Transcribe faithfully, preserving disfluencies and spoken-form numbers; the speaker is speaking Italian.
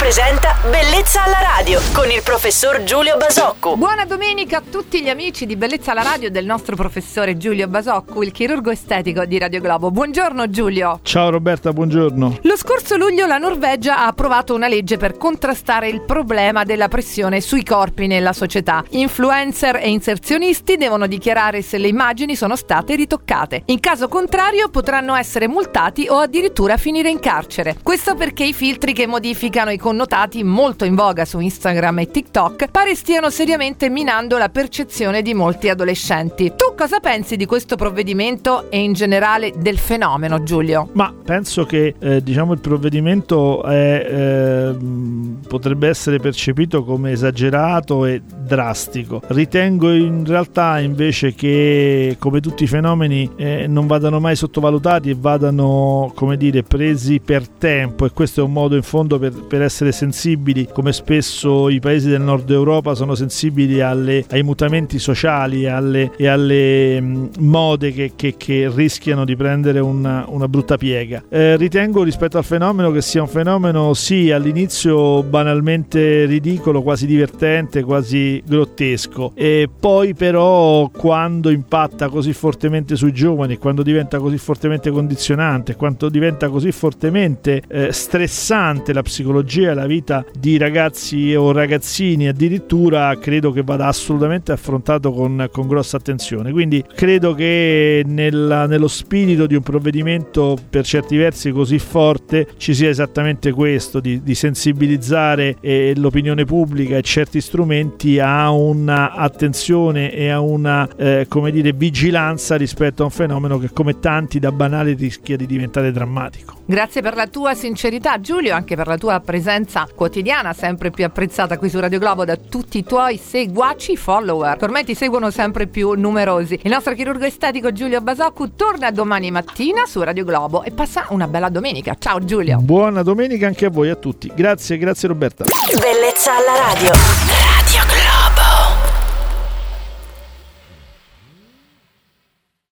presenta Bellezza alla radio con il professor Giulio Basoccu. Buona domenica a tutti gli amici di Bellezza alla radio del nostro professore Giulio Basoccu, il chirurgo estetico di Radio Globo. Buongiorno Giulio. Ciao Roberta, buongiorno. Lo scorso luglio la Norvegia ha approvato una legge per contrastare il problema della pressione sui corpi nella società. Influencer e inserzionisti devono dichiarare se le immagini sono state ritoccate. In caso contrario potranno essere multati o addirittura finire in carcere. Questo perché i filtri che modificano i connotati, molto in voga su Instagram e TikTok, pare stiano seriamente minando la percezione di molti adolescenti. Tu cosa pensi di questo provvedimento e in generale del fenomeno, Giulio? Ma penso che eh, diciamo il provvedimento è, eh, potrebbe essere percepito come esagerato e drastico. Ritengo in realtà invece che, come tutti i fenomeni, eh, non vadano mai sottovalutati e vadano, come dire, presi per tempo, e questo è un modo in fondo per, per essere sensibili, come spesso i paesi del nord Europa sono sensibili alle, ai mutamenti sociali alle, e alle mh, mode che, che, che rischiano di prendere una, una brutta piega. Eh, ritengo rispetto al fenomeno che sia un fenomeno sì all'inizio banalmente ridicolo, quasi divertente, quasi grottesco, e poi però quando impatta così fortemente sui giovani, quando diventa così fortemente condizionante, quando diventa così fortemente eh, stressante la psicologia e la vita di ragazzi o ragazzini addirittura, credo che vada assolutamente affrontato con, con grossa attenzione. Quindi credo che nella, nello spirito di un provvedimento per certi versi così forte ci sia esattamente questo, di, di sensibilizzare eh, l'opinione pubblica e certi strumenti a una attenzione e a una eh, come dire vigilanza rispetto a un fenomeno che, come tanti, da banale rischia di diventare drammatico. Grazie per la tua sincerità, Giulio, anche per la tua presenza quotidiana, sempre più apprezzata qui su Radio Globo da tutti i tuoi seguaci, follower, che ormai ti seguono sempre più numerosi. Il nostro chirurgo estetico Giulio Basoccu torna domani mattina su Radio Globo e passa una bella domenica. Ciao Giulio. Buona domenica anche a voi, a tutti. Grazie, grazie Roberta. Bellezza alla radio.